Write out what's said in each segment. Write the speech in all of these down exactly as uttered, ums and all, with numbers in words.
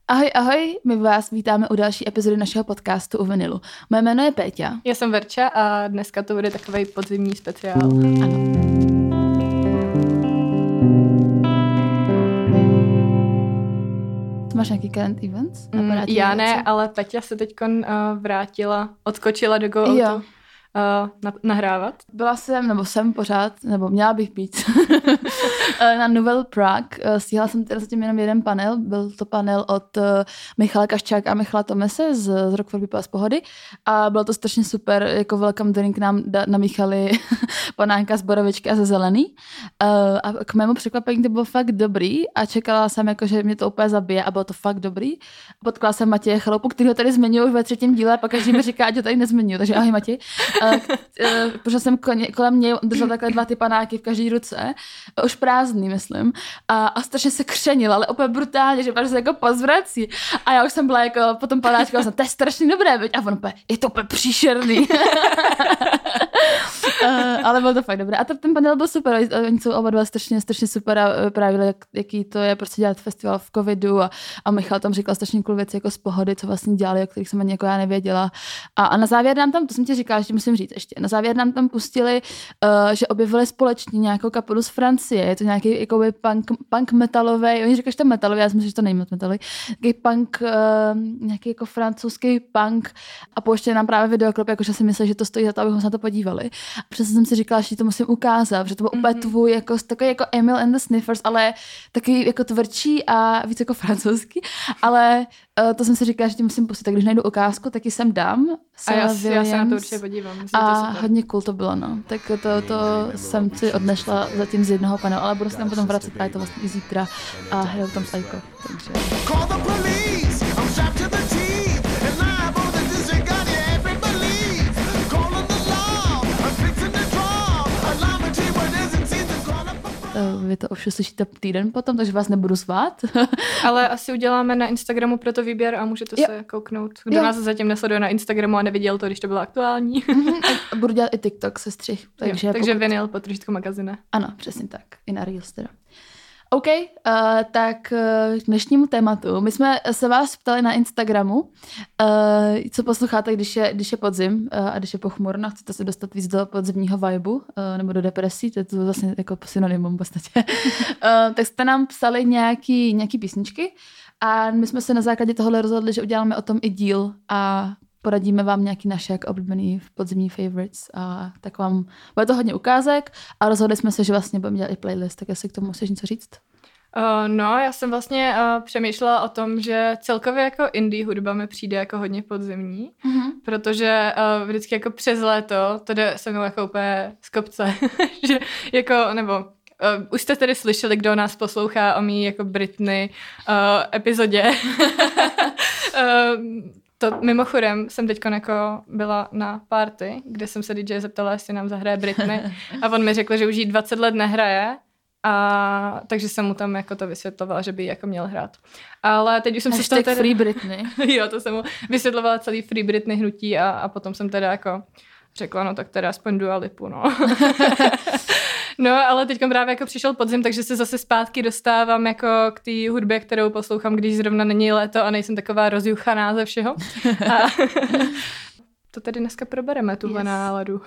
Ahoj, ahoj, my vás vítáme u další epizody našeho podcastu u Vinilu. Moje jméno je Péťa. Já jsem Verča a dneska to bude takovej podzimní speciál. Ano. Máš nějaký current events? Mm, já ne, věci? Ale Péťa se teďkon uh, vrátila, odskočila do Go Outu. Uh, na, nahrávat. Byla jsem, nebo jsem pořád, nebo měla bych být na Nouvelle Prague. Stihla jsem teda zatím jenom jeden panel. Byl to panel od Michala Kaščáka a Michala Tomese z, z Rock for People z Pohody. A bylo to strašně super, jako welcome drink nám da, namíchali panánka z borovičky a ze zelený. A k mému překvapení to bylo fakt dobrý a čekala jsem, jako, že mě to úplně zabije a bylo to fakt dobrý. Potkala jsem Matěje Chaloupu, který ho tady zmiňuji už ve třetím díle a pak každý mi říká, ať ho tady nezmiňuji. Takže ahoj Matěj. Uh, uh, protože jsem kolem něj držel takhle dva ty panáky v každé ruce, už prázdný, myslím, a, a strašně se křenil, ale opět brutálně, že se jako pozvrací. A já už jsem byla jako po tom panáčku, a jsem, to je strašně dobré, veď? A on opět, je to opět příšerný. uh, ale bylo to fakt dobré. A to, ten panel byl super, oni jsou oba dva strašně, strašně super a právě jak, jaký to je prostě dělat festival v covidu a, a Michal tam říkal strašně cool věci jako z Pohody, co vlastně dělali, o kterých jsem ani jako já nevěděla. A, a na závěr nám tam, to jsem ti říkala, že musím říct ještě, na závěr nám tam pustili, uh, že objevili společně nějakou kapelu z Francie, je to nějaký jakoby punk, punk metalový, oni říkají, že to je metalový, já si myslím, že to není metalový, nějaký punk, uh, nějaký jako francouzský punk a pouštěli nám právě videoklip, jakože si mysleli, že to stojí za to, abychom se na to podívali. A přesně jsem si říkala, že to musím ukázat, protože to byl úplně mm-hmm. tvůj, jako, takový jako Emil and the Sniffers, ale takový jako tvrdší a víc jako francouzský, ale uh, to jsem si říkala, že ti musím pustit, tak když najdu ukázku, tak ji sem dám. A já, já se na to určitě podívám. Myslím, a hodně cool to bylo, no. Tak to, to jsem si odnešla zatím z jednoho panelu, ale budu se tam potom vracet právě to vlastně i zítra a hraju tam Psycho, takže... Vy to ovšem slyšíte týden potom, takže vás nebudu zvát. Ale asi uděláme na Instagramu pro to výběr a můžete jo. se kouknout. Kdo jo. nás zatím nesleduje na Instagramu a neviděl to, když to bylo aktuální. A budu dělat i TikTok se střih. Takže, jo, takže pokud... Vinyl, potržítko magazine. Ano, přesně tak. I na Reels teda. OK, uh, tak uh, k dnešnímu tématu. My jsme se vás ptali na Instagramu, uh, co posloucháte, když je, když je podzim uh, a když je pochmurno, chcete se dostat víc do podzimního vibu uh, nebo do depresí, to je to vlastně jako synonymum v podstatě. uh, tak jste nám psali nějaký, nějaký písničky a my jsme se na základě tohohle rozhodli, že uděláme o tom i díl a poradíme vám nějaký naše jak oblíbený podzimní favorites a tak vám bude to hodně ukázek a rozhodli jsme se, že vlastně budeme dělat i playlist, tak jestli k tomu musíš něco říct? Uh, no, já jsem vlastně uh, přemýšlela o tom, že celkově jako indie hudba mi přijde jako hodně podzimní, mm-hmm. protože uh, vždycky jako přes léto to jde se mnou jako úplně z kopce, že jako, nebo uh, už jste tedy slyšeli, kdo nás poslouchá o mý jako Britney uh, epizodě. uh, To mimochodem jsem teďko jako byla na party, kde jsem se dý džej zeptala, jestli nám zahraje Britney a on mi řekl, že už jí dvacet let nehraje a takže jsem mu tam jako to vysvětlovala, že by jí jako měl hrát. Ale teď už jsem se z toho teda... Free Britney. Jo, to jsem mu vysvětlovala celý Free Britney hnutí a, a potom jsem teda jako řekla, no tak teda aspoň Dua Lipu, no. No, ale teď právě jako přišel podzim, takže se zase zpátky dostávám jako k té hudbě, kterou poslouchám, když zrovna není léto a nejsem taková rozjuchaná ze všeho. A to tedy dneska probereme, tuhle yes. náladu.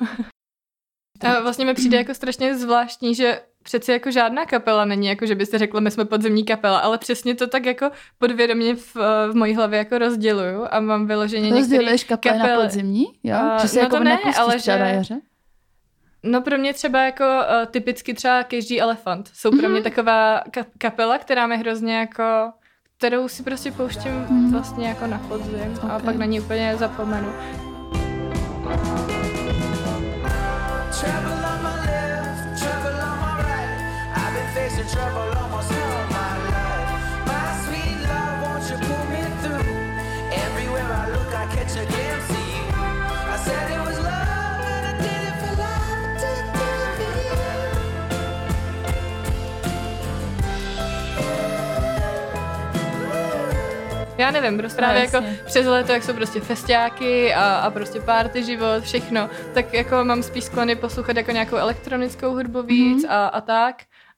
A vlastně mi přijde jako strašně zvláštní, že přeci jako žádná kapela není, jako že byste řekla, my jsme podzimní kapela, ale přesně to tak jako podvědomě v, v mojí hlavě jako rozděluju a mám vyloženě některé kapely. Rozděluješ kapely na podzimní? Jo? Uh, že se no jako to ne, ale že... na jaře? No pro mě třeba jako uh, typicky třeba Cage the Elephant. Jsou mm-hmm. pro mě taková ka- kapela, která mi hrozně jako, kterou si prostě pouštím mm. vlastně jako na podzim okay. a pak na ní úplně zapomenu. Já nevím, prostě právě no, jako přes léto, jak jsou prostě festiáky a, a prostě party život, všechno, tak jako mám spíš sklony poslouchat jako nějakou elektronickou hudbu víc mm-hmm. a, a tak.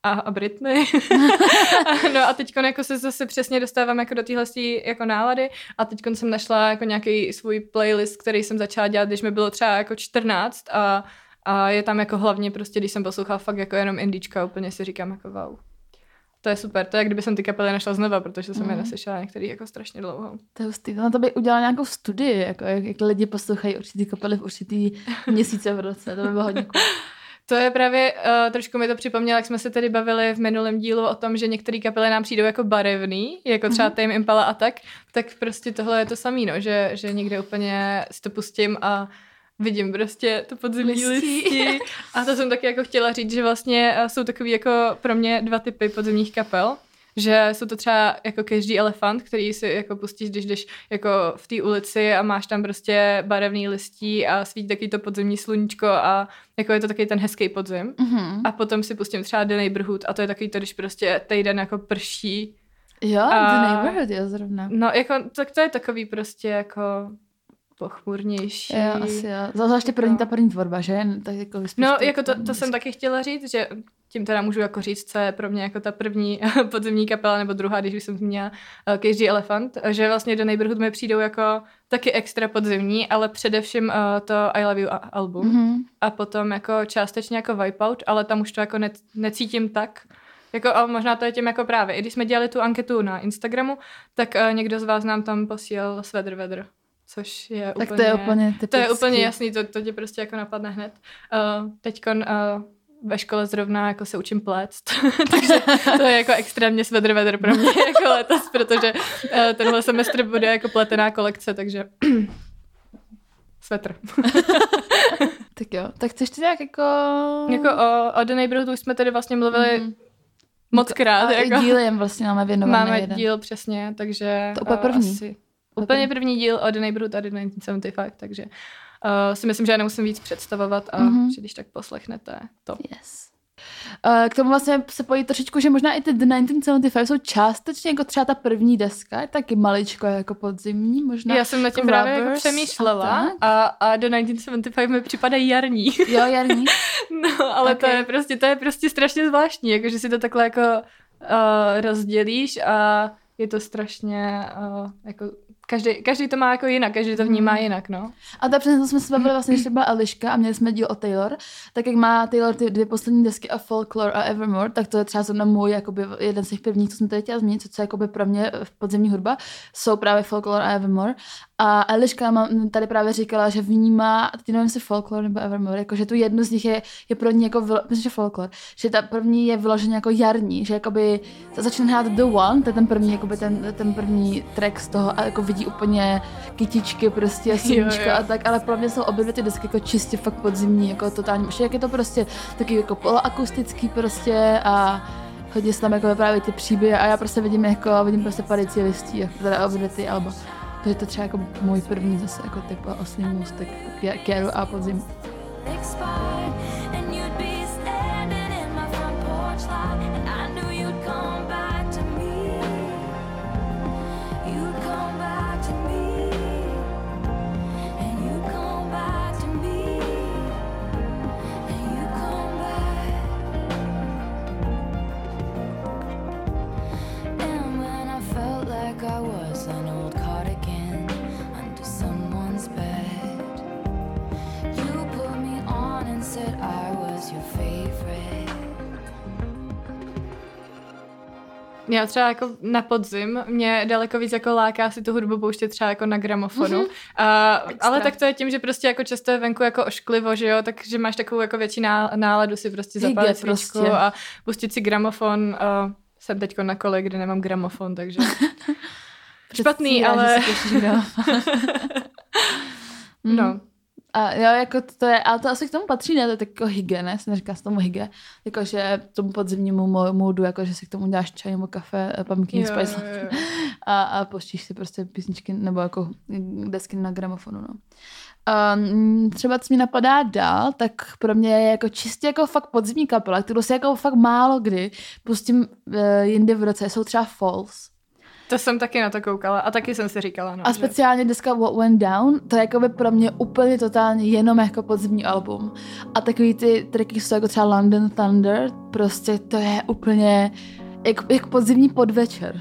a, a Britney. No a teď jako se zase přesně dostávám jako do téhle jako nálady a teď jsem našla jako nějaký svůj playlist, který jsem začala dělat, když mi bylo třeba jako čtrnáct a, a je tam jako hlavně prostě, když jsem poslouchala fakt jako jenom indička, úplně si říkám jako wow. To je super, to je, kdyby jsem ty kapely našla znova, protože jsem mm. je neslyšela některý jako strašně dlouho. To je hustý, na to by udělala nějakou studii, jako jak, jak lidi poslouchají určitý kapely v určitý měsíce v roce, to by bylo hodně cool. To je právě, uh, trošku mi to připomnělo, jak jsme se tady bavili v minulém dílu o tom, že některé kapely nám přijdou jako barevný, jako třeba mm-hmm. Tame Impala a tak, tak prostě tohle je to samý, no, že, že někde úplně si to pustím a vidím prostě to podzemní listí. A to jsem taky jako chtěla říct, že vlastně jsou takový jako pro mě dva typy podzemních kapel. Že jsou to třeba jako Každý elefant, který si jako pustíš, když jdeš jako v té ulici a máš tam prostě barevný listí a svítí taky to podzemní sluníčko a jako je to taky ten hezký podzim. Mm-hmm. A potom si pustím třeba The Neighborhood a to je taky to, když prostě týden jako prší. Jo, a, The Neighborhood je zrovna. No jako, tak to je takový prostě jako pochmurnější. Jo, asi jo. Zvláště první, ta první tvorba, že? Tak jako no, jako to, to jsem taky chtěla říct, že tím teda můžu jako říct, co je pro mě jako ta první podzemní kapela, nebo druhá, když jsem zmínila uh, Každý elefant, že vlastně do Neighborhood mi přijdou jako taky extra podzemní, ale především uh, to I Love You album. Mm-hmm. A potom jako částečně jako Wipeout, ale tam už to jako ne, necítím tak. Jako, a možná to je tím jako právě. I když jsme dělali tu anketu na Instagramu, tak uh, někdo z vás nám tam posílal Sweater Weather. Což je tak úplně... to je úplně typický. To je úplně jasný, to, to tě prostě jako napadne hned. Uh, teďkon uh, ve škole zrovna jako se učím pléct, takže to je jako extrémně sweater weather pro mě jako letos, protože uh, tenhle semestr bude jako pletená kolekce, takže svetr. Tak jo, tak chceš ty nějak jako... Jako o, o The Neighborhood už jsme tady vlastně mluvili mm. moc krát. A jako. i dílem vlastně máme věnovaný Máme jeden. díl přesně, takže... To úplně první. Asi, úplně první díl o The Neighborhood a The devatenáct set sedmdesát pět, takže uh, si myslím, že já nemusím víc představovat a mm-hmm. že když tak poslechnete to. Yes. Uh, k tomu vlastně se pojí trošičku, že možná i ty The devatenáct set sedmdesát pět jsou částečně jako třeba ta první deska, je taky maličko jako podzimní, možná. Já jsem na tím právě jako přemýšlela a, a The devatenáct set sedmdesát pět mi připadají jarní. Jo, jarní. No, ale okay. to je prostě, to je prostě strašně zvláštní, jako že si to takhle jako uh, rozdělíš a je to strašně uh, jako Každý, každý to má jako jinak, každý to vnímá jinak, no. A ta přesně to jsme se bavili vlastně, když to byla Eliška a měli jsme díl o Taylor, tak jak má Taylor ty dvě poslední desky a Folklore a Evermore, tak to je třeba zrovna můj jakoby, jeden z těch prvních, co jsem tady chtěla zmínit, co je jakoby pro mě podzemní hudba, jsou právě Folklore a Evermore. A Eliška mám, tady právě říkala, že vnímá, teď nevím si Folklore nebo Evermore, jako, že tu jednu z nich je, je pro ní jako, myslím, že Folklore, že ta první je vyloženě jako jarní, že jakoby začne hrát The One, to je ten první, jakoby ten, ten první track z toho a jako vidí úplně kytičky prostě a sluníčko a tak, ale pro mě jsou obě dvě ty desky jako čistě fakt podzimní, jako totálně, jak je to prostě taky jako poloakustický prostě a hodně se tam jako vyprávějí ty příběhy a já prostě vidím jako, vidím prostě padající listí, jako teda obě dvě ty alba. To je to třeba jako můj první zase jako typ oslý můstek k jaru a podzim. Já třeba jako na podzim mě daleko víc jako láká si tu hudbu pouštět třeba jako na gramofonu. Mm-hmm. A, ale tak to je tím, že prostě jako často je venku jako ošklivo, že jo, takže máš takovou jako větší náladu si prostě zapálit svíčku prostě. A pustit si gramofon. A jsem teďko na kole, kde nemám gramofon, takže špatný, já, ale... no. A jo, jako to je, ale to asi k tomu patří, ne, to je tak jako hygge, ne, jsem neříká se tomu hygge, jakože tomu podzimnímu módu, jakože si k tomu dáš čaj nebo kafe, pumpkin spice a, a pustíš si prostě písničky nebo jako desky na gramofonu, no. Um, třeba co mi napadá dál, tak pro mě je jako čistě jako fakt podzimní kapela, kterou si jako fakt málo kdy pustím uh, jindy v roce, jsou třeba Falls. To jsem taky na to koukala a taky jsem si říkala. No, a speciálně že... deska What Went Down, to je jako by pro mě úplně totálně jenom jako podzimní album. A takový ty tracky jsou jako třeba London Thunder, prostě to je úplně jak, jak podzimní podvečer.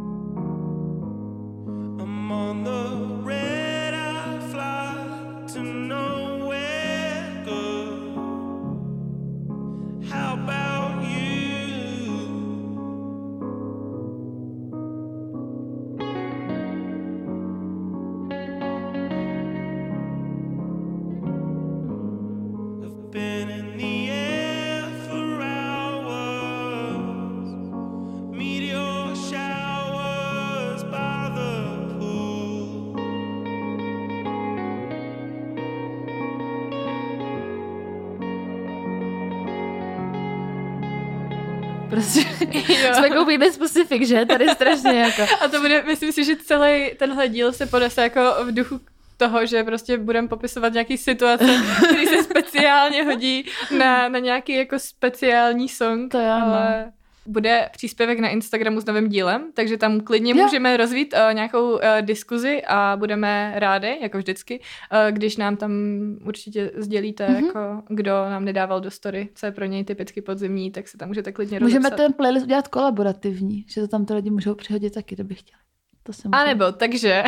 Prostě jsme jako úplně specific, že? Tady strašně jako. A to bude, myslím si, že celý tenhle díl se ponese jako v duchu toho, že prostě budeme popisovat nějaký situace, který se speciálně hodí na, na nějaký jako speciální song. To je, ale... no. Bude příspěvek na Instagramu s novým dílem, takže tam klidně jo. můžeme rozvít uh, nějakou uh, diskuzi a budeme rádi, jako vždycky, uh, když nám tam určitě sdělíte, mm-hmm. jako, kdo nám nedával do story, co je pro něj typicky podzimní, tak se tam můžete klidně rozepsat. Můžeme ten playlist udělat kolaborativní, že to tam to lidi můžou přihodit taky, kdyby chtěli. A nebo, takže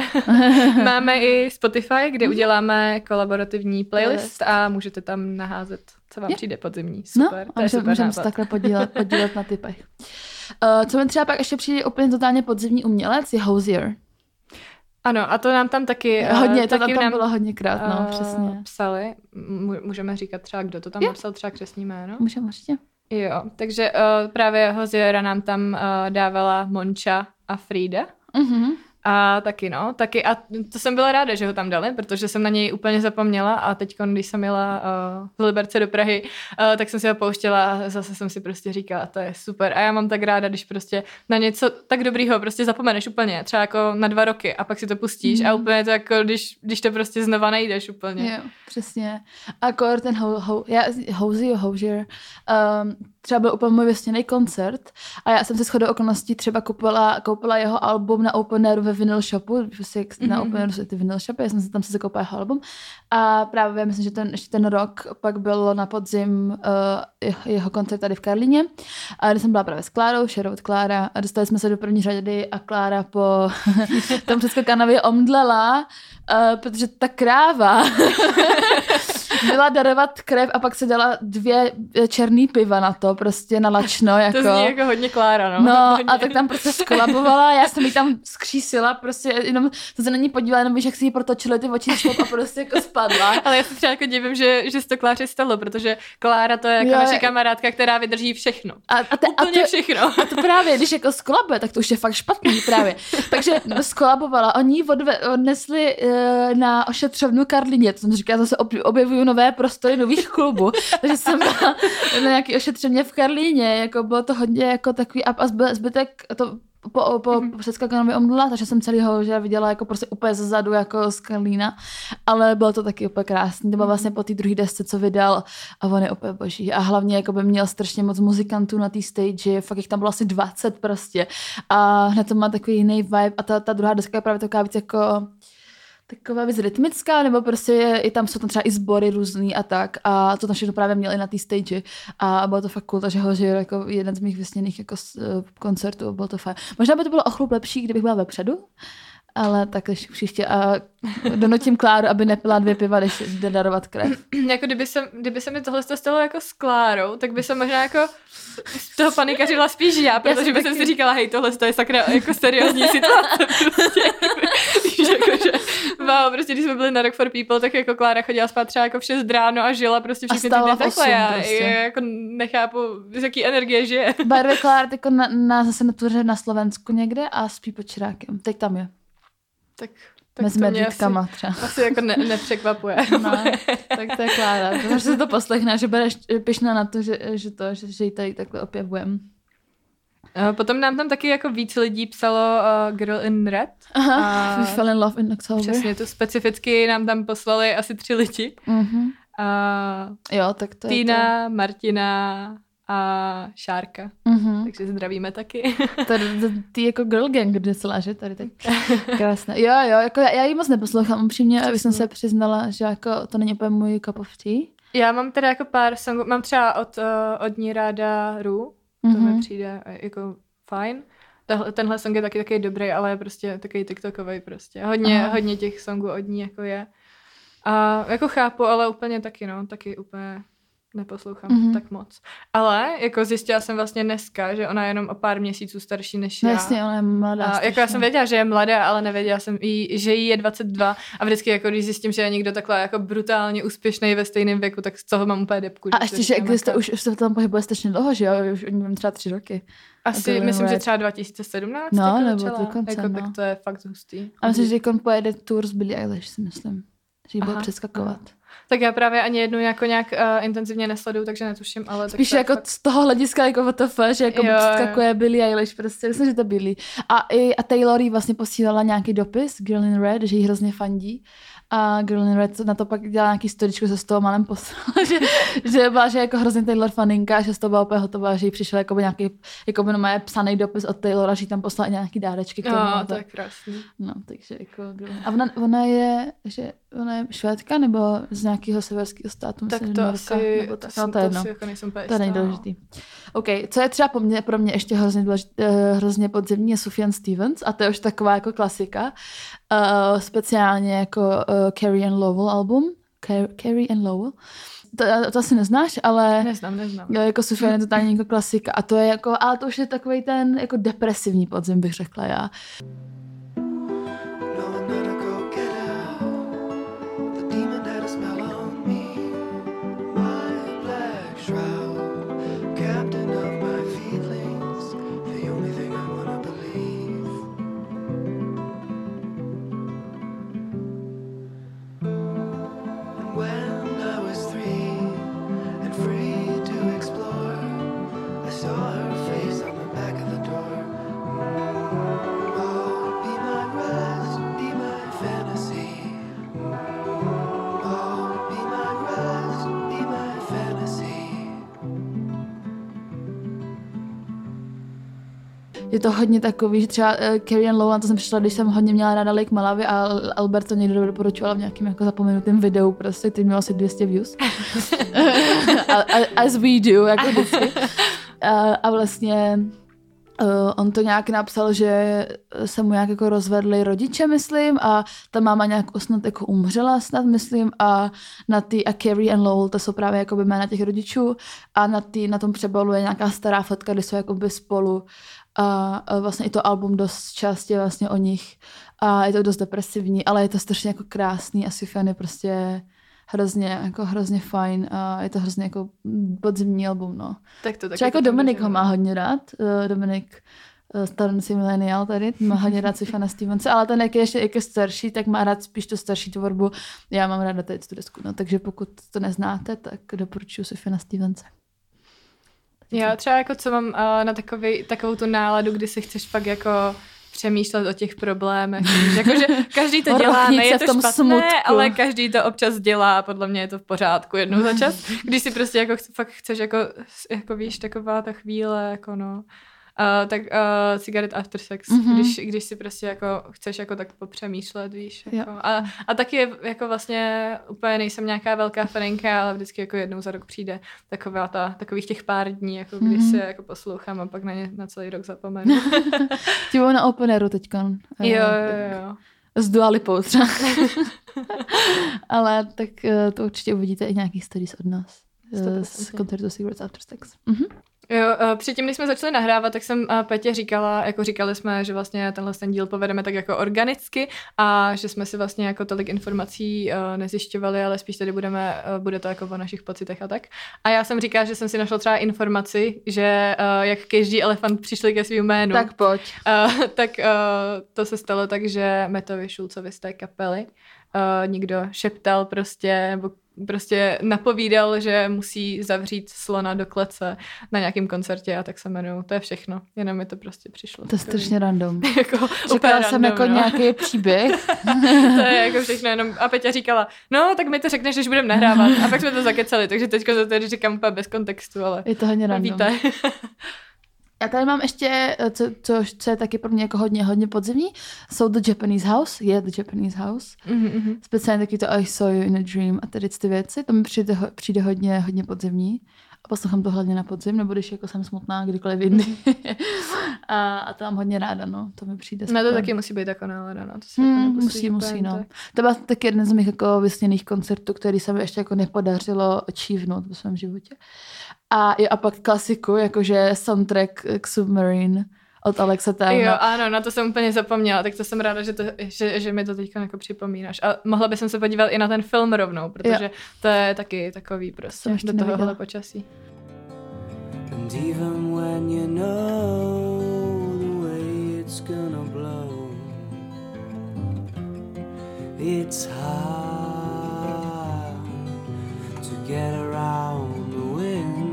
máme i Spotify, kde uděláme kolaborativní playlist a můžete tam naházet, co vám je. přijde podzimní. Super, no, to je super můžeme se takhle podílet, podílet na typech. Uh, co mi třeba pak ještě přijde úplně totálně podzimní umělec, je Hozier. Ano, a to nám tam taky... Hodně, uh, to taky tam nám, bylo hodněkrát, no, uh, přesně. Psali, můžeme říkat třeba, kdo to tam jo. napsal, třeba křestní jméno? Můžeme určitě. Jo, takže uh, právě Hoziera nám tam uh, dávala Monča a Frida. Mhm. A taky no, taky a to jsem byla ráda, že ho tam dali, protože jsem na něj úplně zapomněla a teď, když jsem jela uh, z Liberce do Prahy, uh, tak jsem si ho pouštěla a zase jsem si prostě říkala, to je super a já mám tak ráda, když prostě na něco tak dobrýho prostě zapomeneš úplně, třeba jako na dva roky a pak si to pustíš mm. a úplně to jako, když, když to prostě znova najdeš úplně. Jo, přesně. A kor ten ho, ho, já, Hozier, Hozier, um, třeba byl úplně můj vysněný koncert a já jsem si shodou okolností třeba koupila, koupila jeho album na Open Airu ve vinyl shopu, prostě mm-hmm. na Open Airu jsou ty vinyl shopy, já jsem si tam si zakoupila jeho album a právě myslím, že ten, ještě ten rok pak bylo na podzim uh, jeho, jeho koncert tady v Karlíně a když jsem byla právě s Klárou, shoutout Klára a dostali jsme se do první řady a Klára po tom předskokanově omdlela, uh, protože ta kráva byla darovat krev a pak se dala dvě černý piva na to, prostě na lačno. Jako. To zní jako hodně Klára, no. No a tak tam prostě skolabovala, já jsem jí tam skřísila, prostě jenom to se na ní podívala, jenom víš, jak si jí protočily ty oči a prostě jako spadla. Ale já se třeba jako divím, že, že se to Kláře stalo, protože Klára to je jako jo, naše kamarádka, která vydrží všechno. A, a te, Úplně a to, všechno. A to právě, když jako skolabuje, tak to už je fakt špatný právě. Takže skolabovala, oni ji odve, odnesli uh, na ošetřovnu Karlíně, to jsem říkala, zase objevuju nové prostory nových klubů, takže jsem byla na nějaký ošetřeně v Karlíně, jako bylo to hodně jako takový up a zbytek to po, po mm-hmm. předskakanově omdlela, takže jsem celýho že viděla jako prostě úplně zezadu jako z Karlína, ale bylo to taky úplně krásný, to bylo vlastně po té druhé desce, co vydal a on je úplně boží a hlavně jako by měl strašně moc muzikantů na té stage, fakt jich tam bylo asi dvacet prostě a hned to má takový jiný vibe a ta, ta druhá deska je právě taková víc jako taková víc rytmická, nebo prostě je, i tam jsou tam třeba i sbory různý a tak a to tam všechno právě měli na té stage a bylo to fakt cool, takže Hozier jako jeden z mých vysněných jako koncertů, bylo to fajn. Možná by to bylo o chlup lepší, kdybych byla vepředu, ale tak už ještě a donutím Kláru, aby nepila dvě piva, když jde darovat krev. Jako kdyby se, kdyby se mi tohle stalo jako s Klárou, tak by se možná jako z toho panikařila spíš já, protože já by jsem si říkala, hej, tohle je sakra jako seriózní situace prostě. Víš, jako, že wow, prostě když jsme byli na Rock for People, tak jako Klára chodila spát třeba jako v šest ráno a žila prostě všechny ty dny takhle. Já prostě. jako nechápu, z jaký energie žije. Barvě Klára jako na, na, zase na tuře na Slovensku někde a spí pod Čirákem. Teď tam je. Tak, tak mezi medvídkama třeba. Asi jako ne, nepřekvapuje. No, tak to je Klára. Protože se to poslechne, že budeš pyšná na to, že, že to, že, že ji tady takhle opěvujeme. Potom nám tam taky jako víc lidí psalo uh, Girl in Red. Aha, we fell in love in October. Přesně, to specificky nám tam poslali asi tři lidi. Uh-huh. Uh, jo, tak to Týna, je to. Martina a Šárka. Mm-hmm. Takže zdravíme taky. Ty jako girl gang, kde celá, že? Tady tak krásné. Jo, jo, jako já, já ji moc neposlouchám, upřímně, aby jsem se přiznala, že jako to není úplně můj cup of tea. Já mám teda jako pár songů, mám třeba od, uh, od ní ráda Ru, to mm-hmm. mi přijde jako fajn. Tahle, tenhle song je taky taky dobrý, ale je prostě takový tiktokový prostě. Hodně, hodně těch songů od ní jako je. A jako chápu, ale úplně taky, no, taky úplně neposlouchám mm-hmm. tak moc. Ale jako zjistila jsem vlastně dneska, že ona je jenom o pár měsíců starší než no, já. Jasně, ona je mladá. A jako já jsem věděla, že je mladá, ale nevěděla jsem, jí, že jí je dvacet dva a vždycky jako když zjistím, že je někdo takhle jako brutálně úspěšný ve stejném věku, tak z toho mám úplně depku. A ještě, že existuje, už, už se v tom pohybuje strašně dlouho, že jo? Už oni mám třeba tři roky. Asi myslím, že třeba dva tisíce sedmnáct. No, jako nebo dokonce, jako, no. Tak to je fakt hustý. A myslím, že on pojede tour s Billie Eilish, si myslím. Že ji bude přeskakovat. Aha. Tak já právě ani jednu jako nějak uh, intenzivně nesleduju, takže netuším, ale... Spíš tak jako fakt... z toho hlediska jako W T F, že jako přeskakuje Billie Eilish, prostě myslím, že to Billie. A, i, a Taylor jí vlastně posílala nějaký dopis, Girl in Red, že jí hrozně fandí. A Girl in Red na to pak dělala nějaký storičku, se z toho malem poslala, že, že byla, že jako hrozně Taylor faninka, že z toho byla úplně hotová, že jí přišel jako nějaký jako by no psaný dopis od Taylora, že jí tam poslala nějaký dárečky k tomu. No, to je krásný. No, takže jako... A ona, ona je, že ona je Švédka nebo z nějakého severského státu? Tak myslím, to Norka, asi, nebo tak, to, no, to je jedno. jako nejsem to je nejdůležitý. OK, co je třeba pro mě, pro mě ještě hrozně, důležitý, hrozně podzimní, je Sufjan Stevens a to je už taková jako klasika. Uh, speciálně jako uh, Carrie and Lowell album. Car- Carrie and Lowell. To, to asi neznáš, ale... Neznám, neznám. Jo, jako Sufjan je totálně jako klasika a to je jako, ale to už je takovej ten jako depresivní podzim, bych řekla já. Je to hodně takový, že třeba uh, Carrie and Lowell, to jsem přišla, když jsem hodně měla ráda Lake Malawi a Albert to někdo doporučoval v nějakém jako zapomenutém videu, prostě, který měl asi dvě stě views. As we do, jako vždycky. Uh, a vlastně uh, on to nějak napsal, že se mu nějak jako rozvedli rodiče, myslím, a ta máma nějak snad jako umřela snad, myslím, a na ty a Carrie and Lowell, to jsou právě jako by jména těch rodičů, a na, ty, na tom přebalu je nějaká stará fotka, kdy jsou jako by spolu. A vlastně i to album dost části vlastně o nich a je to dost depresivní, ale je to strašně jako krásný a Sufjan je prostě hrozně, jako hrozně fajn a je to hrozně jako podzimní album, no. Tak to taky. Třeba jako Dominik ho má hodně rád, uh, Dominik uh, Starncy Millennial tady, má hodně rád Sufjana Stevense, ale ten jak je ještě jak je starší, tak má rád spíš tu starší tvorbu, já mám ráda teď tu desku, no, takže pokud to neznáte, tak doporučuji Sufjana Stevense. Já třeba jako co mám uh, na takový, takovou tu náladu, kdy si chceš pak jako přemýšlet o těch problémech. Jakože každý to dělá, ne je to špatné, smutku. Ale každý to občas dělá a podle mě je to v pořádku jednou za čas. Když si prostě jako fakt chceš jako, jako víš, taková ta chvíle, jako no... Uh, tak uh, Cigarette After Sex, mm-hmm. když, když si prostě jako chceš jako tak popřemýšlet, víš. Jako. A, a taky je, jako vlastně úplně nejsem nějaká velká faninka, ale vždycky jako jednou za rok přijde taková ta, takových těch pár dní, jako mm-hmm. když si jako poslouchám a pak na ně na celý rok zapomenu. Ti bylo na Open Airu teďkon. Jo, jo, jo. S Dua Lipou třeba. Ale tak uh, to určitě uvidíte i nějaký stories od nás. Uh, z koncertu Cigarette After Sex. Mhm. Jo, předtím, když jsme začali nahrávat, tak jsem Petě říkala, jako říkali jsme, že vlastně tenhle ten díl povedeme tak jako organicky a že jsme si vlastně jako tolik informací uh, nezjišťovali, ale spíš tady budeme, uh, bude to jako o našich pocitech a tak. A já jsem říkala, že jsem si našla třeba informaci, že uh, jak každý elefant přišli ke svým jménu. Tak pojď. Uh, tak uh, to se stalo tak, že Mattovi Schulzovi z té kapely Uh, někdo šeptal prostě, nebo prostě napovídal, že musí zavřít slona do klece na nějakém koncertě a tak se jmenuju. To je všechno. Jenom mi to prostě přišlo. To je strašně random. jako, Čekala jsem jako no. nějaký příběh. To je jako všechno jenom. A Peťa říkala, no tak mi to řekneš, když budeme nahrávat. A pak jsme to zakecali, takže teďka to tady říkám úplně bez kontextu, ale je to hodně random. Víte. Já tady mám ještě, co, co, co je taky pro mě jako hodně, hodně podzimní, jsou The Japanese House, je The Japanese House. Mm-hmm. Speciálně taky to I Saw You in a Dream a tady ty věci, to mi přijde, přijde hodně, hodně podzimní. A poslouchám to hlavně na podzim, nebo když jako jsem smutná, kdykoliv jindy. a, a to mám hodně ráda, no, to mi přijde super. No to taky musí být jako nálada, no. To se hmm, jako musí, musí, no. To byl taky jeden z mých jako vysněných koncertů, který se mi ještě jako nepodařilo achievenout ve svém životě. A, a pak klasiku, jakože soundtrack k Submarine od Alexa Turna. Jo, ano, na to jsem úplně zapomněla, tak to jsem ráda, že, to, že, že mi to teďka jako připomínáš. A mohla bych se podívat i na ten film rovnou, protože jo. to je taky takový prostě do tohohle počasí. And even when you know the way it's gonna blow, it's hard to get around the wind.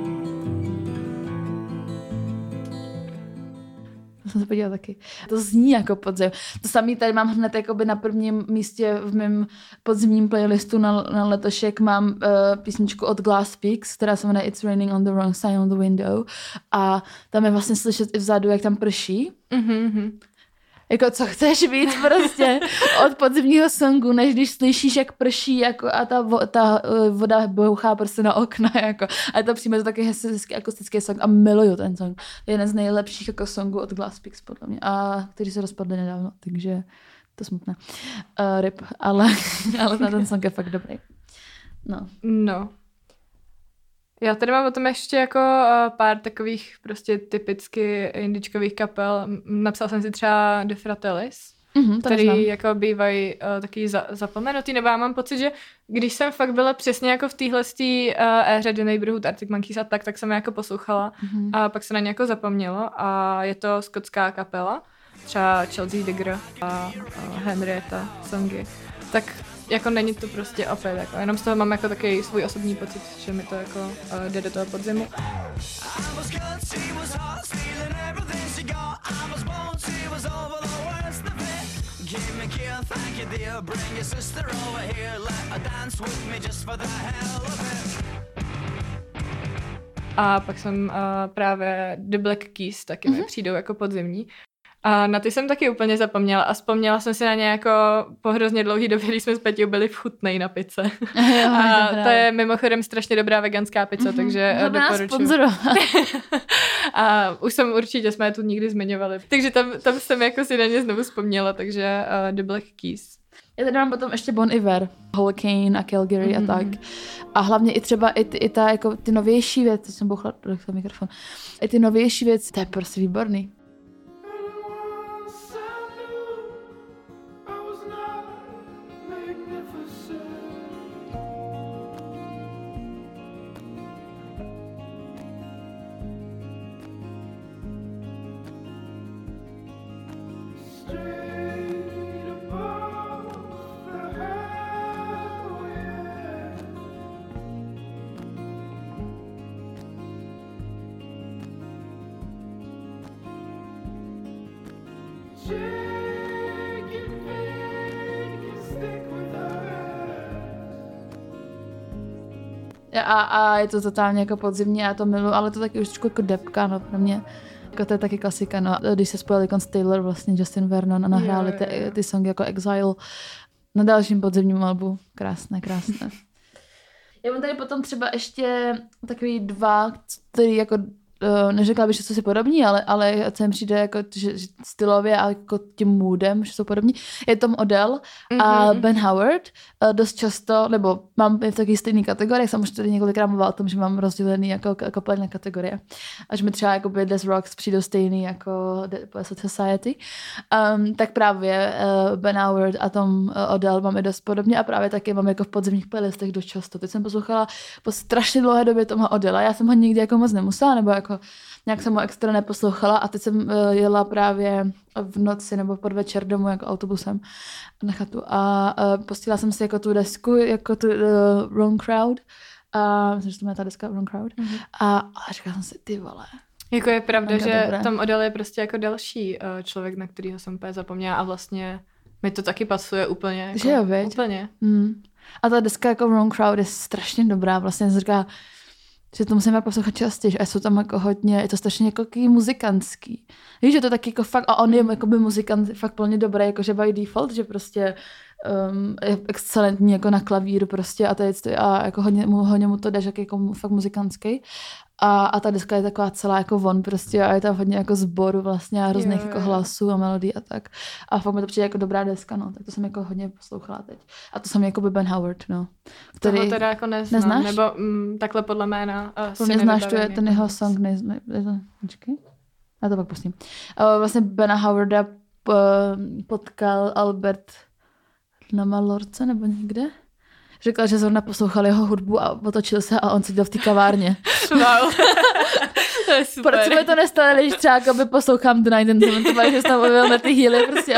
Jsem se podívala taky. To zní jako podzim. To samý tady mám hned jakoby na prvním místě v mém podzimním playlistu na, na letošek mám uh, písničku od Glass Peaks, která se jmenuje It's Raining on the Wrong Side of the Window a tam je vlastně slyšet i vzadu, jak tam prší. Mm-hmm. Jako co chceš víc prostě od podzimního songu, než když slyšíš, jak prší jako a ta, vo, ta voda bouchá prostě na okna. Jako. A je to přímo to taky hezký akustický song a miluju ten song. Je jeden z nejlepších jako songů od Glass Peaks podle mě a který se rozpadly nedávno, takže to smutné. Uh, rip, ale, ale ten song je fakt dobrý. No. No. Já tady mám o tom ještě jako uh, pár takových prostě typicky indičkových kapel. Napsal jsem si třeba The Fratellis, mm-hmm, který jako bývají uh, taky za, zapomenutý, nebo já mám pocit, že když jsem fakt byla přesně jako v téhle uh, éře The Neighborhood, Arctic Monkeys a tak, tak jsem je jako poslouchala mm-hmm. a pak se na ně jako zapomnělo a je to skotská kapela, třeba Chelsea Digger a uh, Henrietta songy. Tak jako není to prostě opět, jako, jenom z toho mám jako takový svůj osobní pocit, že mi to jako uh, jde do toho podzimu. A pak jsem uh, právě The Black Keys, taky mm-hmm. mi přijdou jako podzimní. A na ty jsem taky úplně zapomněla a vzpomněla jsem si na ně jako po hrozně dlouhý době, když jsme s Peťou byli v Chutnej na pice. Jo, a to je mimochodem strašně dobrá veganská pizza, mm-hmm. takže doporučuji. A už jsem určitě, jsme je tu nikdy zmiňovali. Takže tam, tam jsem jako si na ně znovu vzpomněla, takže uh, The Black Keys. Já tady mám potom ještě Bon Iver, Hurricane a Calgary mm-hmm. a tak. A hlavně i třeba i, ty, i ta, jako ty novější věci, teď jsem bouchla do mikrofon, i ty novější věci, to je prostě výborný. A, a je to totálně jako podzimní, já to miluji, ale to taky už trošku jako depka, no, pro mě. Jako to je taky klasika, no. Když se spojili Con Taylor, vlastně Justin Vernon a nahráli ty, ty songy jako Exile na dalším podzimním albu. Krásné, krásné. Já mám tady potom třeba ještě takový dva, který jako Uh, neřekla bych, že jsou si podobní, ale, ale co jim přijde jako že, že stylově a jako tím moodem, že jsou podobní. Je Tom Odell mm-hmm. a Ben Howard. Uh, dost často, nebo mám v taky stejný kategorie, jsem už tady několikrát mluvila o tom, že mám rozdělený jako kapelné kategorie. Až mi třeba jako Death Rocks přijdou stejný jako Poet Society. Um, tak právě uh, Ben Howard a Tom Odell máme dost podobně a právě taky mám jako v podzimních playlistech dost často. Teď jsem poslouchala po strašně dlouhé době Toma Odella. Já jsem ho nikdy jako moc nemusela, nebo jako jako, nějak jsem ho extra neposlouchala a teď jsem uh, jela právě v noci nebo podvečer domů jako autobusem na chatu a uh, pustila jsem si jako tu desku, jako tu uh, Wrong Crowd a myslím, že to má ta deska Wrong Crowd mm-hmm. a, a říkala jsem si, ty vole. Jako je pravda, že dobré. Tom Odell je prostě jako další uh, člověk, na kterýho jsem úplně zapomněla a vlastně mi to taky pasuje úplně. Jako, že jo, veď? Úplně. Mm. A ta deska jako Wrong Crowd je strašně dobrá, vlastně jsem říkala, že to musím poslouchat častěji, a jsou tam jako hodně, je to strašně jako muzikantský. Víš, že to taky jako fakt, a on je jako by muzikant fakt plně dobrý, jakože by default, že prostě um, je excelentní jako na klavíru prostě a, teď, a jako hodně, hodně mu to jde, že jako fakt muzikantský. A, a ta deska je taková celá jako von prostě a je tam hodně jako sboru vlastně a hrozných jako hlasů a melodí a tak. A fakt mi to přijde jako dobrá deska, no. Tak to jsem jako hodně poslouchala teď. A to jsem jako by Ben Howard, no. Který... Toho teda jako neznám, neznáš? Nebo mm, takhle podle jména uh, si neznáš, to je ten jeho song, nejsme, počkej. Já to pak pustím. Uh, vlastně Bena Howarda uh, potkal Albert na Malorce nebo někde. Řekla, že zrovna poslouchal jeho hudbu a otočil se a on seděl v té kavárně. Wow. To je super. Proč mi to nestane, když třeba jakoby poslouchám The Night and Seven, to že jsem tam objevil na ty healy prostě.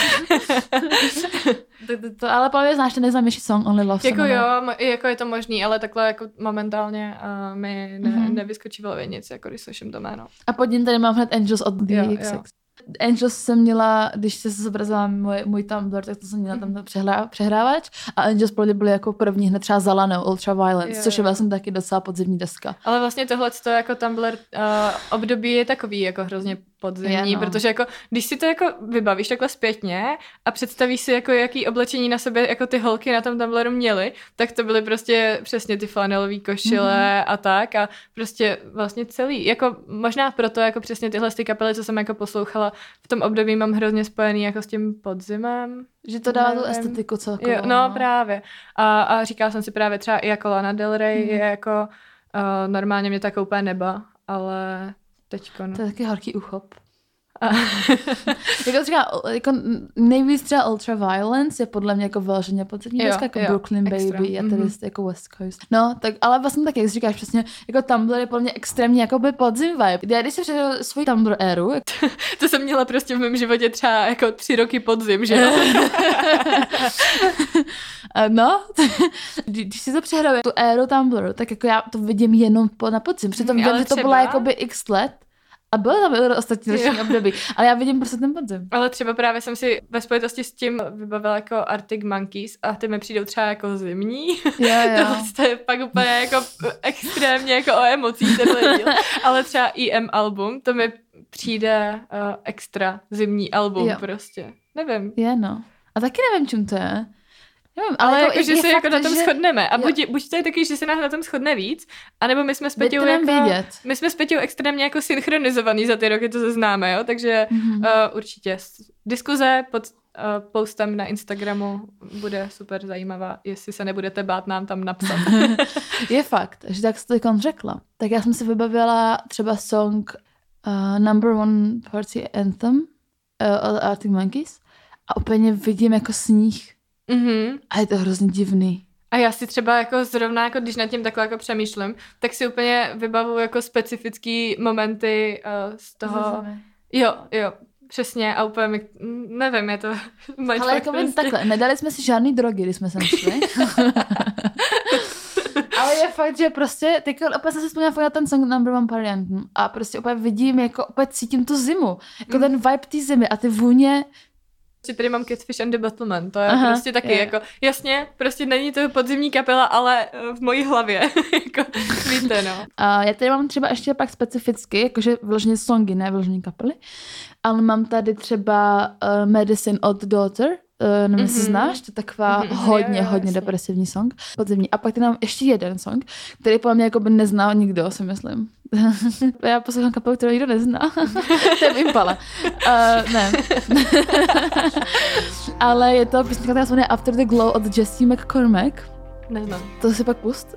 to, to, to, ale právě znáš ten nejznámější song Only Love. Jako jo, jako je to možný, ale takhle jako momentálně uh, mi ne, mm-hmm. nevyskočí velmi nic, jako když slyším to jméno. A pod ním tady mám hned Angels od D X X. Angels jsem měla, když se zobrazila můj, můj Tumblr, tak to jsem měla tam přehrá, přehrávač a Angels pro mě byly jako první hned třeba za Lanou, Ultraviolence, jo, což je vlastně taky docela podzimní deska. Ale vlastně tohle jako Tumblr uh, období je takový jako hrozně podzimní, je, no. Protože jako, když si to jako vybavíš takhle zpětně a představíš si, jako jaký oblečení na sobě jako ty holky na tom Tumblru měly, tak to byly prostě přesně ty flanelové košile mm-hmm. a tak a prostě vlastně celý, jako možná proto jako přesně tyhle ty kapely, co jsem jako poslouchala v tom období mám hrozně spojený jako s tím podzimem. Že to dává tu estetiku celkovou. Jo, no, no právě. A, a říkala jsem si právě třeba i jako Lana Del Rey mm. je jako uh, normálně mě tak úplně neba, ale teďko no. To je taky horký uchop. jako třeba, jako nejvíc třeba Ultraviolence je podle mě jako vyloženě podzimní deska, jako jo, Brooklyn Baby extra. A tady mm-hmm. jako West Coast. No, tak, ale vlastně tak, jak jsi říkáš přesně, jako Tumblr je podle mě extrémně jako by podzim vibe. Já když jsem předal svůj Tumblr éru, to jsem měla prostě v mém životě třeba jako tři roky podzim, že jo? no, když si to přehraju tu éru Tumblr, tak jako já to vidím jenom na podzim. Přitom vím, že to bylo jako by x let. A bylo tam i ostatní roční období, ale já vidím prostě ten podzim. Ale třeba právě jsem si ve spojitosti s tím vybavila jako Arctic Monkeys a ty mi přijdou třeba jako zimní. Jo, jo. to je pak úplně jako extrémně jako o emocích tenhle díl. Ale třeba E M album, to mi přijde uh, extra zimní album jo. prostě. Nevím. Je no. A taky nevím, čím to je. Nevím, ale, ale jako, jako že se jako na tom že... shodneme. A buď, buď to je taky, že se nás na tom shodne víc, anebo my jsme s Peťou jako, my jsme s Peťou extrémně jako synchronizovaný za ty roky, co se známe, jo? Takže mm-hmm. uh, určitě diskuze pod uh, postem na Instagramu bude super zajímavá, jestli se nebudete bát nám tam napsat. Je fakt, že tak jsi to řekla. Tak já jsem si vybavila třeba song uh, Number One Party Anthem uh, od Arctic Monkeys a úplně vidím jako sníh. Mm-hmm. A je to hrozně divný. A já si třeba jako zrovna, jako když nad tím takhle jako přemýšlím, tak si úplně vybavuju jako specifický momenty uh, z toho. Jo, jo, přesně a úplně mi, nevím, je to... Ale jako prostě. Takhle, nedali jsme si žádný drogy, když jsme sem šli. Ale je fakt, že prostě, teď opět jsem si vzpomněla na ten song Number One Party Anthem a prostě opět vidím, jako opět cítím tu zimu. Jako mm. ten vibe té zimy a ty vůně. Tady mám Catfish and the Battleman, to je Aha, prostě taky je. Jako, jasně, prostě není to podzimní kapela, ale v mojí hlavě, jako, víte, no. A já tady mám třeba ještě pak specificky, jakože vyloženě songy, ne vyloženě kapely, ale mám tady třeba uh, Medicine od Daughter, uh, nevím, jestli mm-hmm. znáš, to je taková mm-hmm, hodně, jo, hodně jasně. depresivní song, podzimní. A pak tady mám ještě jeden song, který podle mě jako by nezná nikdo, si myslím. Já poslouchám kapelu, kterou nikdo nezná. To je Impala. Uh, ne. Ale je to písnička, která se jmenuje After the Glow od Jessie McCormack. Neznám. To si pak pust.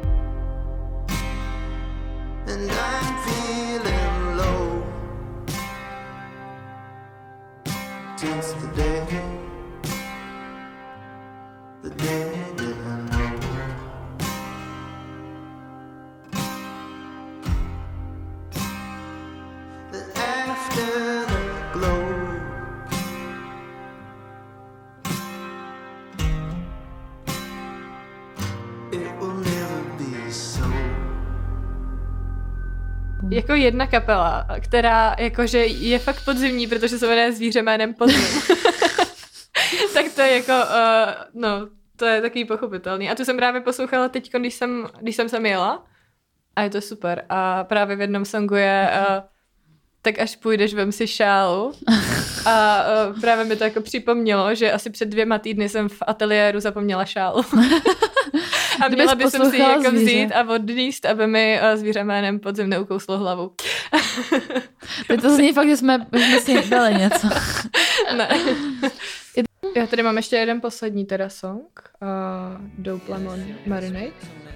jako jedna kapela, která jakože je fakt podzimní, protože se jmenuje Zvíře jménem Podzim. Tak to je jako, uh, no, to je takový pochopitelný. A tu jsem právě poslouchala teď, když jsem, když jsem sem jela. A je to super. A právě v jednom songu je uh, tak až půjdeš, vem si šálu. A uh, právě mi to jako připomnělo, že asi před dvěma týdny jsem v ateliéru zapomněla šálu. A měla by jsem si ji jako vzít a odníst, aby mi uh, zvíře jménem Podzim neukouslo hlavu. Je to zní fakt, že jsme, že jsme si dali něco. Ne. Já tady mám ještě jeden poslední teda song. Uh, Dope Lemon Marinade.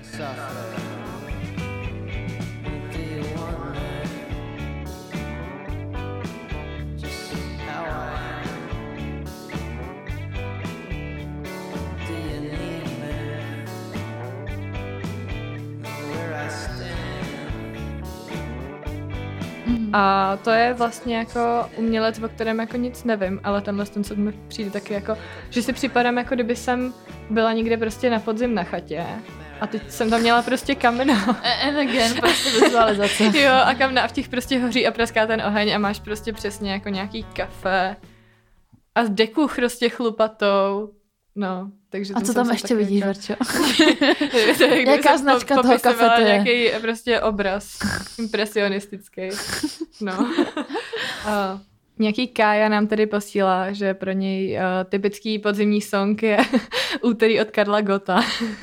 A to je vlastně jako umělec, o kterém jako nic nevím, ale tenhle ten co mi přijde taky jako, že si připadám, jako kdyby jsem byla někde prostě na podzim na chatě a teď jsem tam měla prostě kamna. And again, prostě vizualizace. Jo, a kamna a v těch prostě hoří a praská ten oheň a máš prostě přesně jako nějaký kafe a deku prostě chlupatou. No, takže a co tam ještě vidíš, jako... Verčo? Jaká značka po, toho kafe to je? Nějaký prostě obraz impresionistický. No. uh, nějaký Kája nám tady posílá, že pro něj uh, typický podzimní song je Úterý od Karla Gotta.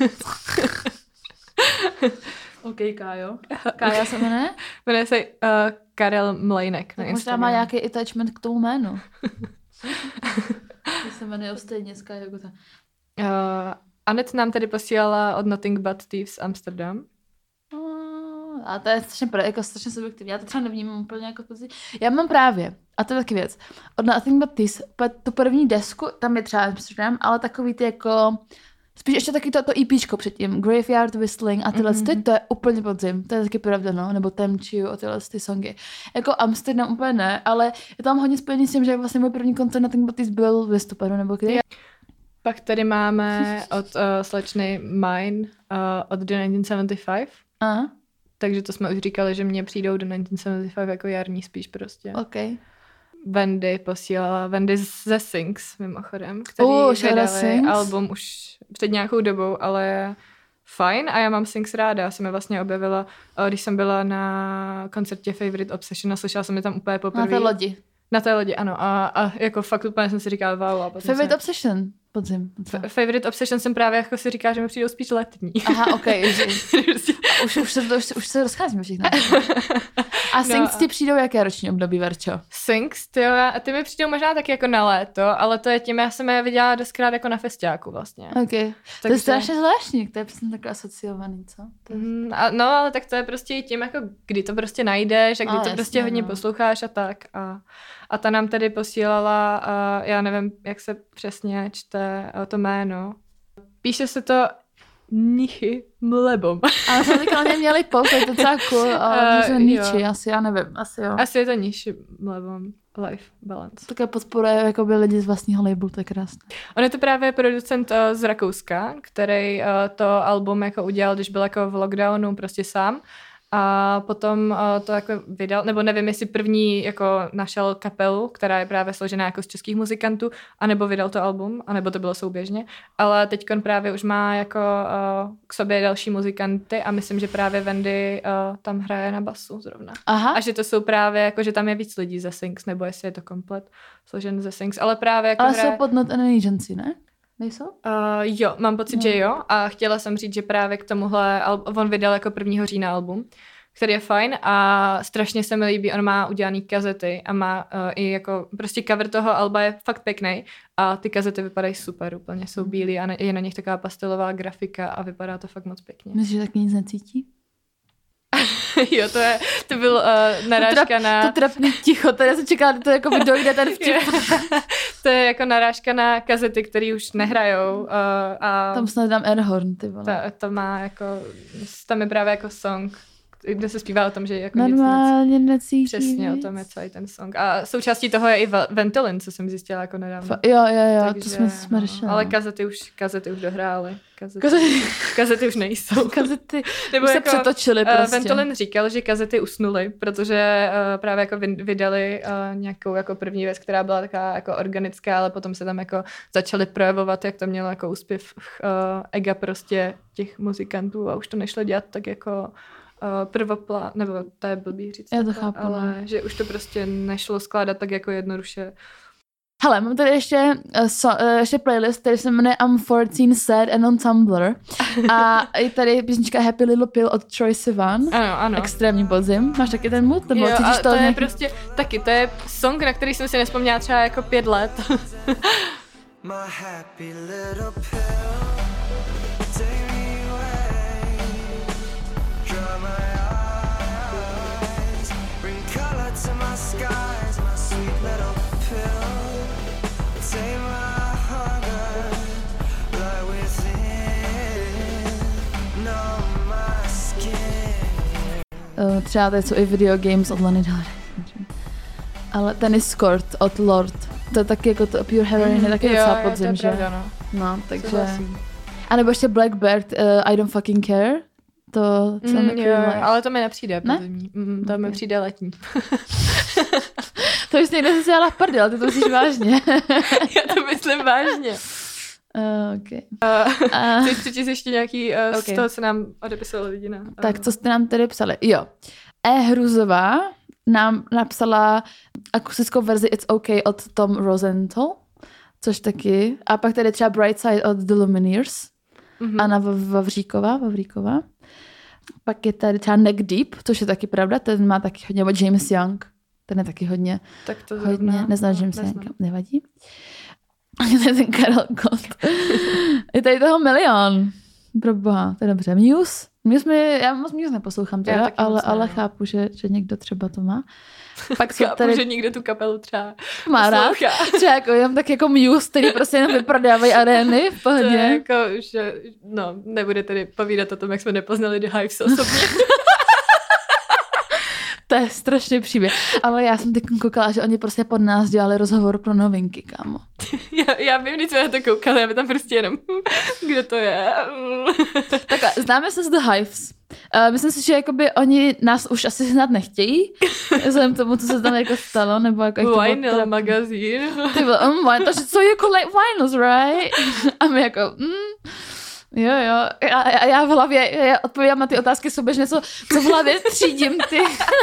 OK, Kájo. Kája se jmenuje? Jmenuje se uh, Karel Mlejnek. Tak možná má nějaký attachment k tomu jménu. To se jmenuje stejně z Kájo Gotta. Uh, Anet nám tady posílala od Nothing But Thieves Amsterdam. Uh, a to je strašně, jako strašně subjektivní. Já to třeba nevnímám úplně jako pozici. Já mám právě, a to je taky věc, od Nothing But Thieves, tu první desku, tam je třeba Amsterdam, ale takový ty jako, spíš ještě taky to, to EPčko předtím, Graveyard Whistling a tyhle, mm-hmm. ty, to je úplně podzim, to je taky pravda, no, nebo Temchiu a tyhle ty songy. Jako Amsterdam úplně ne, ale je tam hodně spojený s tím, že vlastně můj první koncert Nothing But Thieves byl v listopadu, nebo kdy? Pak tady máme od uh, slečny Mine uh, od The devatenáct set sedmdesát pět. Aha. Takže to jsme už říkali, že mě přijdou do devatenáct set sedmdesát pět jako jarní spíš prostě. OK. Wendy posílala, Wendy ze Sings mimochodem, který uh, vydali album už před nějakou dobou, ale je fajn a já mám Sings ráda. Já jsem je vlastně objevila, když jsem byla na koncertě Favorite Obsession a slyšela jsem je tam úplně poprvé. Na té lodi. Na té lodi, ano. A, a jako fakt úplně jsem si říkala wow. A Favorite jsem... Obsession? Podzim. F- Favorite Obsession jsem právě jako si říká, že mi přijdou spíš letní. Aha, ok. už, už, se, už, už se rozcházíme všechno. A Sings no, ti přijdou jaké roční období, Verčo? Sings, ty, a ty mi přijdou možná taky jako na léto, ale to je tím, já jsem je viděla doskrát jako na festiáku vlastně. Ok. Takže... To je strašně zvláštní, to je přesně takové asociovaný, co? Mm, a, no, ale tak to je prostě tím, jako kdy to prostě najdeš a kdy a, to jasně, prostě hodně no. posloucháš a tak. A, a ta nám tady posílala, a já nevím, jak se přesně čte to jméno. Píše se to Nichy Mlebom. Ale jsme teďka na měli post, je to docela cool, ale uh, Nichi, asi, já nevím, asi jo. Asi je to Nichy Mlebom, Life Balance. Také podporuje jakoby lidi z vlastního labelu, to je krásné. On je to právě producent uh, z Rakouska, který uh, to album jako udělal, když byl jako v lockdownu prostě sám. A potom uh, to jako vydal, nebo nevím, jestli první jako našel kapelu, která je právě složená jako z českých muzikantů, anebo vydal to album, anebo to bylo souběžně. Ale teďkon právě už má jako uh, k sobě další muzikanty a myslím, že právě Wendy uh, tam hraje na basu zrovna. Aha. A že to jsou právě, jako že tam je víc lidí ze Sings, nebo jestli je to komplet složen ze Sings, ale právě jako Ale hraje... jsou pod Not an Agency, ne? Nejsou? Uh, jo, mám pocit, no. že jo. A chtěla jsem říct, že právě k tomuhle, on vydal jako prvního října album, který je fajn a strašně se mi líbí, on má udělaný kazety a má uh, i jako, prostě cover toho alba je fakt pěkný a ty kazety vypadají super, úplně jsou bílý a je na nich taková pastelová grafika a vypadá to fakt moc pěkně. Myslíš, že taky nic necítí? Jo, to je, to byl uh, narážka to trap, na... To trapný ticho, tady se čeká, to jako by dojde ten vtip. To je jako narážka na kazety, které už nehrajou. Uh, a tam snad dám Airhorn, ty vole. To, to má jako, tam je právě jako song kde se zpívá o tom, že jako normálně nic necítí. Přesně nic. o tom je celý ten song. A součástí toho je i Ventolin, co jsem zjistila jako nedávno. Fa- jo, jo, jo, Takže, to jsme, jsme no, řešili. ale kazety už, kazety už dohrály. Kazety, Kazety, kazety už nejsou. kazety Nebo už se jako, přetočily prostě. Ventolin říkal, že kazety usnuly, protože uh, právě jako vydali uh, nějakou jako první věc, která byla taková jako organická, ale potom se tam jako začaly projevovat, jak to mělo jako úspěch uh, ega prostě těch muzikantů a už to nešlo dělat tak jako uh, prvoplán, nebo to je blbý říct. Já to takhle, chápu, ale že už to prostě nešlo skládat tak jako jednoduše. Hele, mám tady ještě, uh, so, uh, ještě playlist, který se jmenuje I'm fourteen Sad and on Tumblr. A je tady písnička Happy Little Pill od Troye Sivan. Ano, ano. Extrémní podzim. Máš taky ten mood? Nebo jo, cítíš to, to to je nějaký... prostě taky, to je song, na který jsem si nespomněla třeba jako pět let. My happy little pill, take me away, dry my eyes, bring color to my skies, my sweet little pill, take my hunger, lie within, numb my skin. Uh, třeba tady jsou i video games od Lany Del Rey. Ale Tennis Court od Lord. To je taky jako to Pure Heroin, je taky docela podzim, že? Pravda, no. No, takže... Souhlasím. A nebo ještě Blackbird, uh, I Don't Fucking Care. To co Mm, mm, jo, ale to mi nepřijde Ne? podzimní. Mm, to Okay. mi přijde letní. To už někde si dělala v prdel, ty to myslíš vážně. Já to myslím vážně. Uh, okay. Uh, uh, Chceš přečíst ještě nějaký uh, Okay. z toho, co nám odepisovali lidi na... Uh, tak, co jste nám tady psali? Jo. E. Hruzová nám napsala akustickou verzi It's Okay od Tom Rosenthal, což taky. A pak tady třeba Brightside od The Lumineers. mm-hmm. Anna Vavříková, Vavříková. Pak je tady třeba Neck Deep, což je taky pravda, ten má taky hodně, nebo James Young, ten je taky hodně, Tak to hodně, zrovna, neznáš no, James neznám. Young, nevadí. A je tady ten Karel Gott. Je tady toho milion. Pro boha, to je dobře. Muse? Muse mi, já moc Muse neposlouchám teda, taky ale, moc ne, ale no. chápu, že, že někdo třeba to má. Pak jsou Chápu, tady, že někdo tu kapelu třeba má rád, poslouchá. třeba jako jenom tak jako Muse, který prostě jenom vyprodávají arény v To je pohodě. jako, že, no, nebude tedy povídat o tom, jak jsme nepoznali The Hives osobně. To je strašný příběh. Ale já jsem teď koukala, že oni prostě pod nás dělali rozhovor pro novinky, kámo. já, já vím, když jsme na to koukali, já by tam prostě jenom, kdo to je. Takhle, známe se z The Hives. Uh, myslím si, že jakoby oni nás už asi znát nechtějí, vzhledem k tomu, co se tam jako stalo, nebo jako... jak to bylo Vinyl teda- magazín. Ty bylo, um, wine, takže co jako like vinyls, right? A my jako, mm, jo, jo. A, a já v hlavě, já odpovídám na ty otázky souběžně, co, co v hlavě třídím, ty.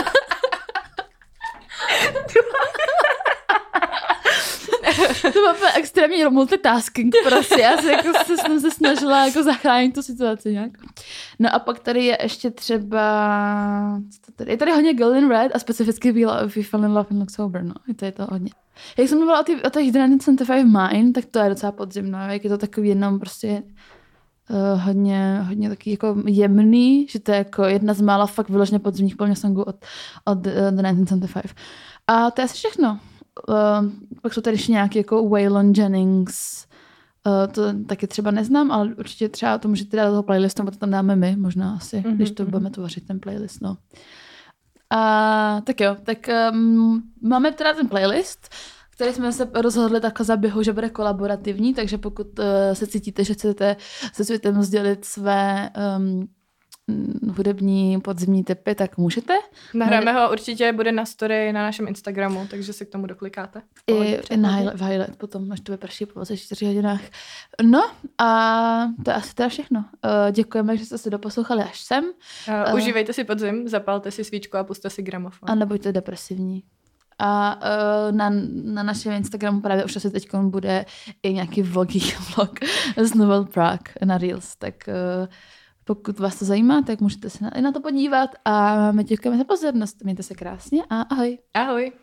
To bylo úplně extrémní multitasking, prostě. Já se, jako, se, jsem se snažila jako zachránit tu situaci nějak. No a pak tady je ještě třeba... Co to tady? Je tady hodně Girl in Red a specificky We Fell in Love in October, no. Je to, je to hodně. Jak jsem mluvila o, ty, o těch devět set pět Mine, tak to je docela podzimno. Jak je to takový jenom prostě uh, hodně, hodně taky jako jemný, že to je jako jedna z mála fakt vyloženě podzimních plně songů od, od uh, devět set pět. A to je asi všechno. Uh, pak jsou tady ještě nějaký jako Waylon Jennings, uh, to taky třeba neznám, ale určitě třeba to můžete dát do toho playlistu, nebo to tam dáme my, možná asi, mm-hmm. když to budeme tvořit, ten playlist, no. A tak jo, tak um, máme teda ten playlist, který jsme se rozhodli takhle za běhu, že bude kolaborativní, takže pokud uh, se cítíte, že chcete se světem sdělit své um, hudební podzimní tipy, tak můžete. Nahráme ho, určitě bude na story na našem Instagramu, takže se k tomu doklikáte. I, i na highlight, v highlight potom, až to vyprší po čtyřech hodinách. No a to je asi teda všechno. Uh, děkujeme, že jste se doposlouchali až sem. Uh, užívejte si podzim, zapalte si svíčku a puste si gramofon. A nebuďte depresivní. A uh, na, na našem Instagramu právě už asi teď bude i nějaký vlogý vlog z Novel Prague na Reels, tak uh, pokud vás to zajímá, tak můžete se na, na to podívat a my děkujeme za pozornost. Mějte se krásně a ahoj. Ahoj.